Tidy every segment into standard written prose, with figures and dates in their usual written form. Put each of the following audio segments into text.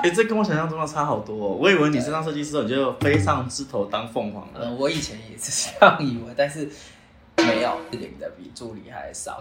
这跟我想象中的差好多哦。我以为你是当设计师，你就飞上枝头当凤凰了。 我以前也是这样以为，但是没有，领的比助理还少。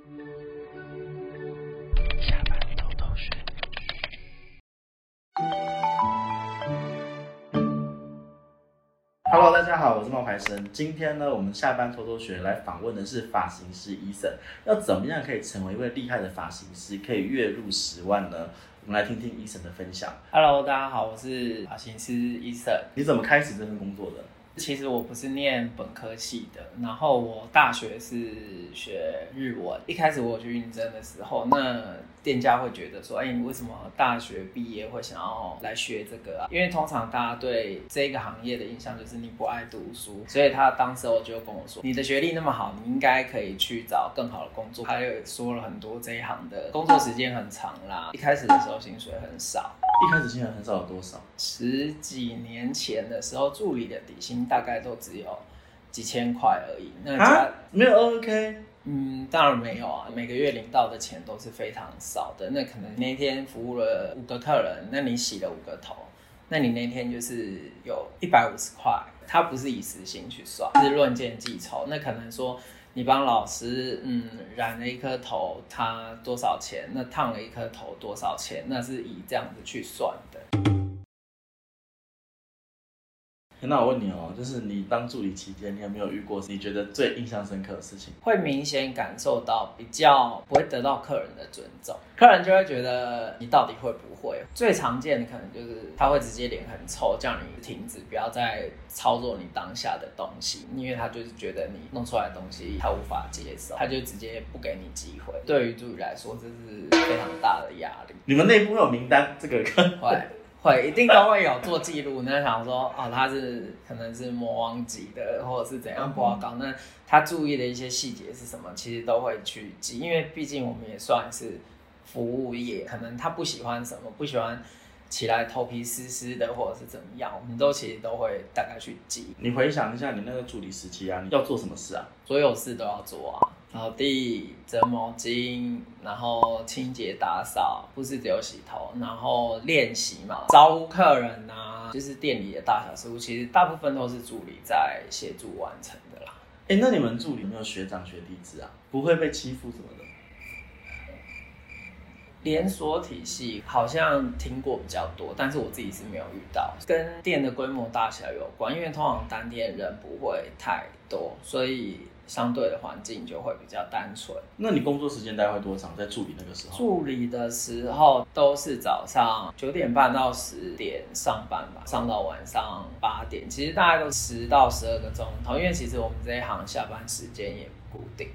下班偷偷学。Hello， 大家好，我是冒牌生。今天呢，我们下班偷偷学来访问的是发型师 Eason。要怎么样可以成为一位厉害的发型师，可以月入10万呢？我们来听听 Eason 的分享。 Hello， 大家好，我是发型师 Eason。 你怎么开始这份工作的？ 其实我不是念本科系的，然后我大学是学日文。一开始我去应征的时候，那店家会觉得说，你为什么大学毕业会想要来学这个啊？因为通常大家对这个行业的印象就是你不爱读书，所以他当时候就跟我说，你的学历那么好，你应该可以去找更好的工作。他又说了很多这一行的工作时间很长啦，一开始的时候薪水很少。 一开始薪水很少有多少 ？10几年前的时候，助理的底薪大概都只有几千块而已。那没有 2K？ 当然没有啊，每个月领到的钱都是非常少的。那可能那天服务了5个客人，那你洗了5个头，那你那天就是有150块。它不是以时薪去算，是论件计酬。那可能说你帮老师染了一颗头，他多少钱？那烫了一颗头多少钱？那是以这样子去算的。 那我问你哦，就是你当助理期间，你有没有遇过你觉得最印象深刻的事情？ 会明显感受到比较不会得到客人的尊重，客人就会觉得你到底会不会。最常见的可能就是他会直接脸很臭，叫你停止，不要再操作你当下的东西，因为他就是觉得你弄出来的东西他无法接受，他就直接不给你机会。对于助理来说，这是非常大的压力。 你们内部有名单这个会一定都会有做记录，那想说他是可能是魔王级的，或者是怎样不好搞，那他注意的一些细节是什么，其实都会去记，因为毕竟我们也算是服务业，可能他不喜欢什么，不喜欢起来头皮湿湿的，或者是怎么样，我们其实都会大概去记。 你回想一下你那个助理时期啊，你要做什么事啊？ 所有事都要做啊。扫地、折毛巾，然后清洁打扫，不是只有洗头，然后练习嘛，招呼客人啊，就是店里的大小事务，其实大部分都是助理在协助完成的啦。 那你们助理有没有学长学弟制啊？不会被欺负什么的？ 连锁体系好像听过比较多，但是我自己是没有遇到，跟店的规模大小有关，因为通常单店人不会太多，所以相对的环境就会比较单纯。 那你工作时间大概会多长？在助理那个时候？ 助理的时候都是早上9点半到10点上班吧，上到晚上8点，其实大概都10到12个钟头，因为其实我们这一行下班时间也不固定。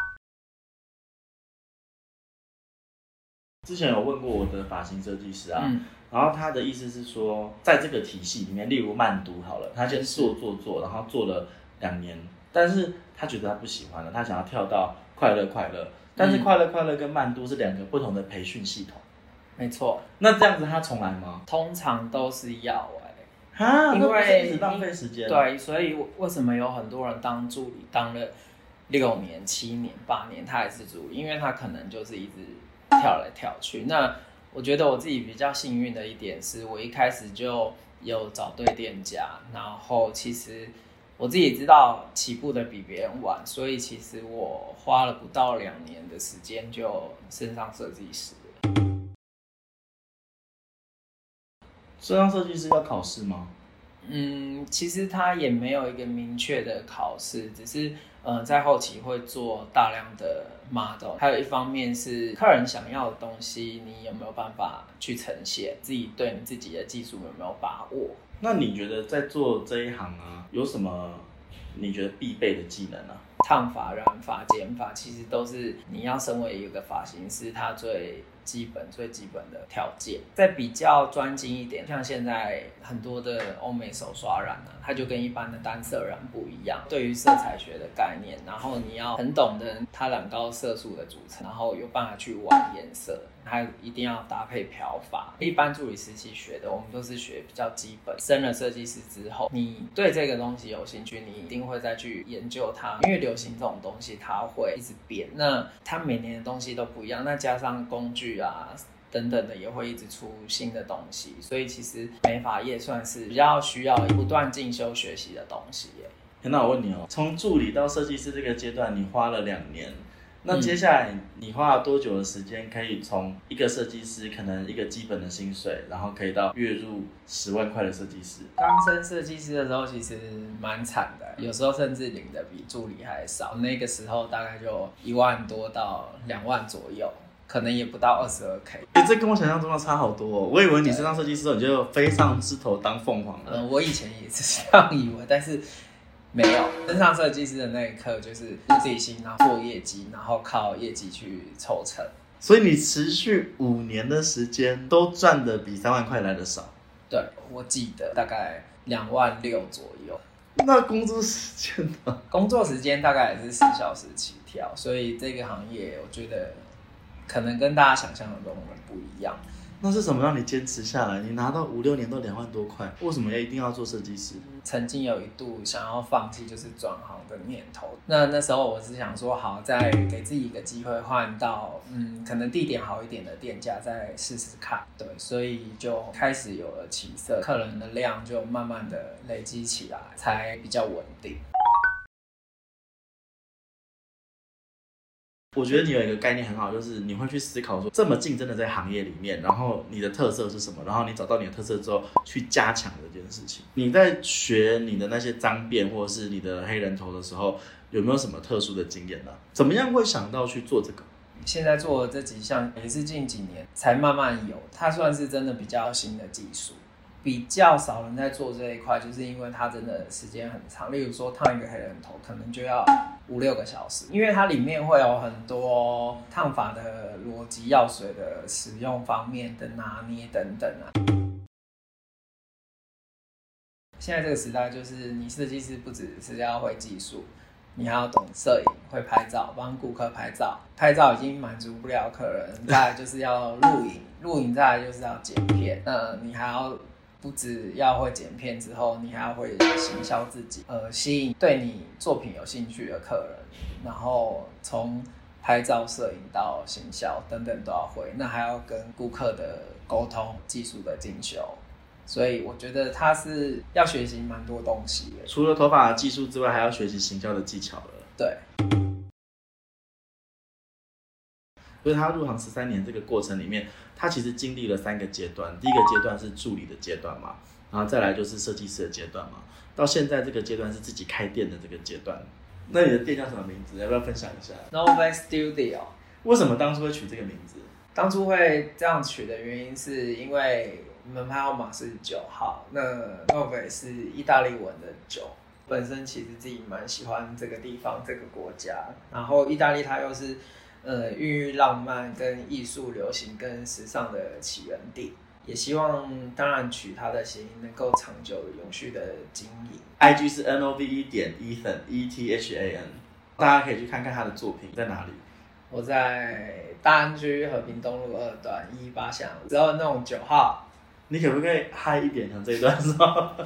之前有问过我的发型设计师啊，然后他的意思是说，在这个体系里面，例如慢读好了，他先做，然后做了2年，但是他觉得他不喜欢了，他想要跳到快乐，但是快乐跟慢读是2个不同的培训系统。 没错。 那这样子他重来吗？ 通常都是要因为一直浪费时间。 对，所以为什么有很多人当助理当了6年、7年、8年，他还是助理，因为他可能就是一直跳来跳去。那我觉得我自己比较幸运的一点是，我一开始就有找对店家，然后其实我自己知道起步的比别人晚，所以其实我花了不到2年的时间就升上设计师了。 升上设计师要考试吗？ 其实他也没有一个明确的考试，只是在后期会做大量的 model， 还有一方面是客人想要的东西，你有没有办法去呈现，自己对你自己的技术有没有把握。 那你觉得在做这一行啊，有什么你觉得必备的技能啊？ 烫发、染发、剪发，其实都是你要身为一个发型师，他最基本的条件。再比较专精一点，像现在很多的欧美手刷染啊，它就跟一般的单色染不一样。对于色彩学的概念，然后你要很懂得它染膏色素的组成，然后有办法去玩颜色，它一定要搭配漂发。一般助理时期学的，我们都是学比较基本。升了设计师之后，你对这个东西有兴趣，你一定会再去研究它，因为流行这种东西它会一直变，那它每年的东西都不一样，那加上工具啊等等的也会一直出新的东西，所以其实美发业算是比较需要不断进修学习的东西耶。 那我问你哦，从助理到设计师这个阶段，你花了2年，那接下来你花了多久的时间，可以从一个设计师可能一个基本的薪水，然后可以到月入10万块的设计师？ 刚升设计师的时候其实蛮惨的，有时候甚至领的比助理还少，那个时候大概就1万多到2万左右。可能也不到22K， 这跟我想象中的差好多哦。我以为你升上设计师后，你就飞上枝头当凤凰了。 我以前也是这样以为，但是没有。升上设计师的那一刻，就是自己心，然后做业绩，然后靠业绩去凑成。 所以你持续5年的时间，都赚的比3万块来的少。 对，我记得大概2万6左右。 那工作时间呢？ 工作时间大概也是10小时起跳，所以这个行业我觉得可能跟大家想象的中不一样。 那是什么让你坚持下来？你拿到5、6年都2万多块，为什么一定要做设计师？ 曾经有一度想要放弃就是转行的念头。那时候我是想说，好，再给自己一个机会，换到可能地点好一点的店家，再试试看。对，所以就开始有了起色，客人的量就慢慢的累积起来，才比较稳定。 我觉得你有一个概念很好，就是你会去思考说，这么竞争的在行业里面，然后你的特色是什么，然后你找到你的特色之后，去加强这件事情。你在学你的那些脏辫或者是你的黑人头的时候，有没有什么特殊的经验呢？怎么样会想到去做这个？ 现在做的这几项也是近几年才慢慢有，它算是真的比较新的技术。比较少人在做这一块，就是因为它真的时间很长。例如说烫一个黑人头，可能就要5、6个小时，因为它里面会有很多烫发的逻辑、药水的使用方面的拿捏等等啊。现在这个时代，就是你设计师不只是要会技术，你还要懂摄影，会拍照，帮顾客拍照。拍照已经满足不了客人，再来就是要录影，录影再来就是要剪片。你还要不只要会剪片之后，你还要会行销自己，吸引对你作品有兴趣的客人，然后从拍照、摄影到行销等等都要会。那还要跟顾客的沟通、技术的进修，所以我觉得他是要学习蛮多东西的。 除了头发的技术之外，还要学习行销的技巧了。 对。 所以他入行13年这个过程里面，他其实经历了3个阶段。第一个阶段是助理的阶段嘛，然后再来就是设计师的阶段嘛，到现在这个阶段是自己开店的这个阶段。那你的店叫什么名字？要不要分享一下 Nove Studio。 为什么当初会取这个名字？ 当初会这样取的原因是因为门牌号码是9号，那 Nove 是意大利文的9。本身其实自己蛮喜欢这个地方、这个国家，然后意大利它又是孕育浪漫跟艺术、流行跟时尚的起源地，也希望当然取它的谐音能够长久永续的经营。 IG 是 NOVE.Ethan ETHAN， 大家可以去看看他的作品在哪里。 我在大安区和平东路2段118巷52弄9号。 你可不可以嗨一点，像这一段是吧？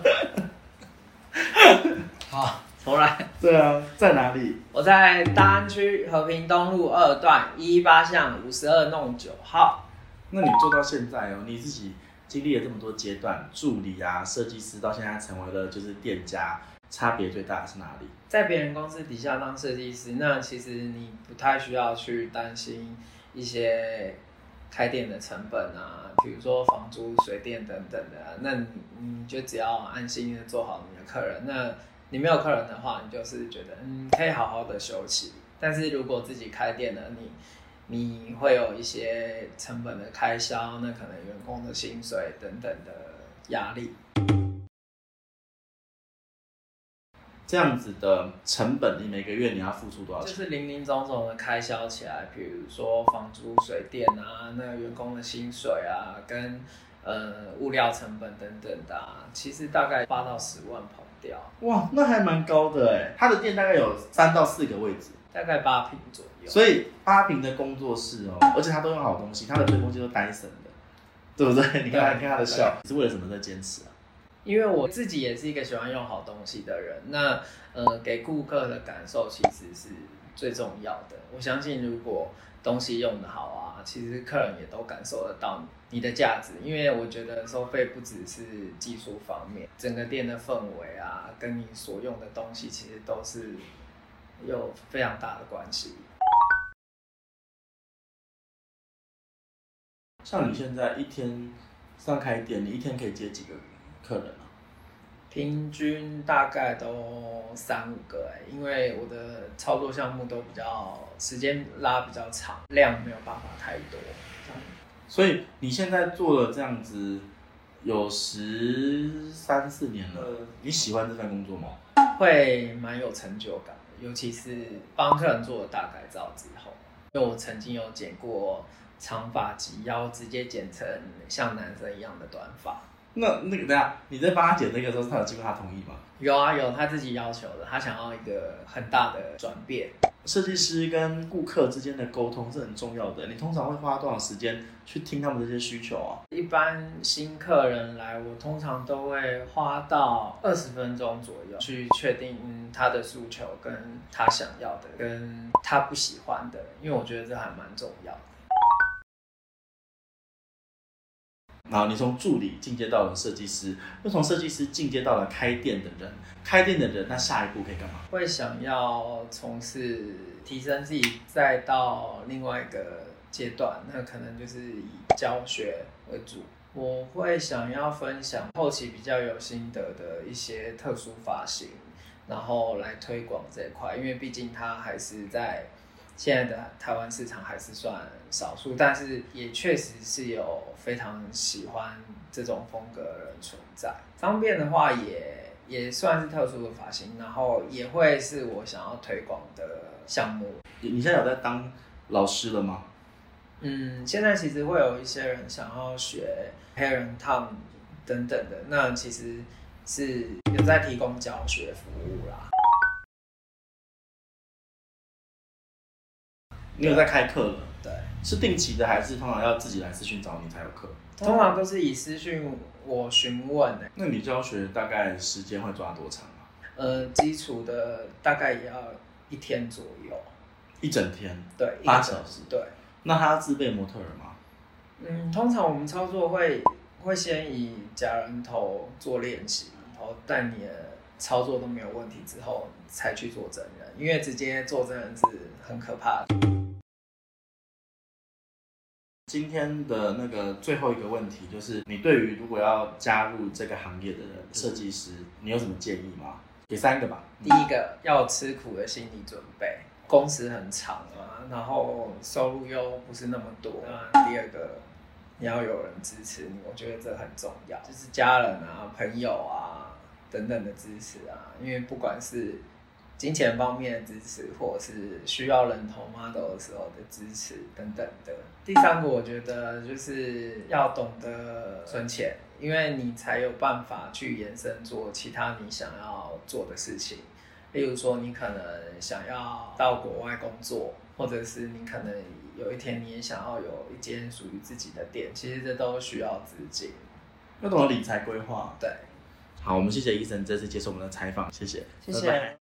好，重来。 对啊，在哪里？ 我在大安区和平东路2段118巷52弄9号。 那你做到现在哦，你自己经历了这么多阶段，助理啊、设计师到现在成为了就是店家，差别最大的是哪里？ 在别人公司底下当设计师，那其实你不太需要去担心一些开店的成本啊，比如说房租、水电等等的啊，那你就只要安心的做好你的客人。那你没有客人的话，你就是觉得可以好好的休息。但是如果自己开店了，你会有一些成本的开销，那可能员工的薪水等等的压力。 这样子的成本，你每个月你要付出多少钱？ 就是零零总总的开销起来，比如说房租、水电啊，那员工的薪水啊，跟物料成本等等的啊，其实大概8到10万跑不掉。 哇，那还蛮高的哎。他的店大概有3到4个位置， 大概8坪左右。 所以8坪的工作室哦，而且他都用好东西，他的吹风机都Dyson的，对不对？你看他的笑，是为了什么在坚持啊？ 因为我自己也是一个喜欢用好东西的人，那给顾客的感受其实是最重要的。我相信如果东西用得好啊，其实客人也都感受得到你的价值。因为我觉得收费不只是技术方面，整个店的氛围啊，跟你所用的东西其实都是有非常大的关系。 像你现在一天上开店，你一天可以接几个客人啊？ 平均大概都3-5个因为我的操作项目都比较时间拉比较长，量没有办法太多。 所以你现在做了这样子有13-14年了，你喜欢这份工作吗？ 会蛮有成就感的，尤其是帮客人做了大改造之后，因为我曾经有剪过长发及腰，直接剪成像男生一样的短发。 那个等一下，你在帮他剪那个时候，他有经过他同意吗？ 有啊，有他自己要求的，他想要一个很大的转变。 设计师跟顾客之间的沟通是很重要的，你通常会花多少时间去听他们这些需求啊？ 一般新客人来，我通常都会花到20分钟左右去确定他的诉求跟他想要的跟他不喜欢的，因为我觉得这还蛮重要的。 然后你从助理进阶到了设计师，又从设计师进阶到了开店的人。开店的人，那下一步可以干嘛？ 会想要从事提升自己，再到另外一个阶段，那可能就是以教学为主。我会想要分享后期比较有心得的一些特殊发型，然后来推广这一块，因为毕竟它还是在现在的台湾市场还是算少数，但是也确实是有非常喜欢这种风格的人存在。方便的话也算是特殊的发型，然后也会是我想要推广的项目。 你现在有在当老师了吗？ 现在其实会有一些人想要学黑人烫等等的，那其实是有在提供教学服务啦。 你有在开课了？ 对， 是定期的还是通常要自己来私讯找你才有课？ 通常都是以私讯我询问那你教学大概时间会抓多长啊？ 基础的大概也要1天左右。 一整天？对 ，8 小时。 对。 那他要自备模特儿吗？ 通常我们操作会先以假人头做练习，然后带你的操作都没有问题之后，才去做真人，因为直接做真人是很可怕的。 今天的那个最后一个问题就是，你对于如果要加入这个行业的人，设计师，你有什么建议吗？给3个吧。 第一个，要有吃苦的心理准备，工时很长啊，然后收入又不是那么多。那第二个，你要有人支持你，我觉得这很重要，就是家人啊、朋友啊等等的支持啊，因为不管是金钱方面的支持，或者是需要人头 model 的时候的支持等等的。第三个，我觉得就是要懂得存钱，因为你才有办法去延伸做其他你想要做的事情。例如说，你可能想要到国外工作，或者是你可能有一天你也想要有一间属于自己的店，其实这都需要资金。 要懂得理财规划。 对。 好，我们谢谢医生这次接受我们的采访，谢谢。 谢谢。拜拜。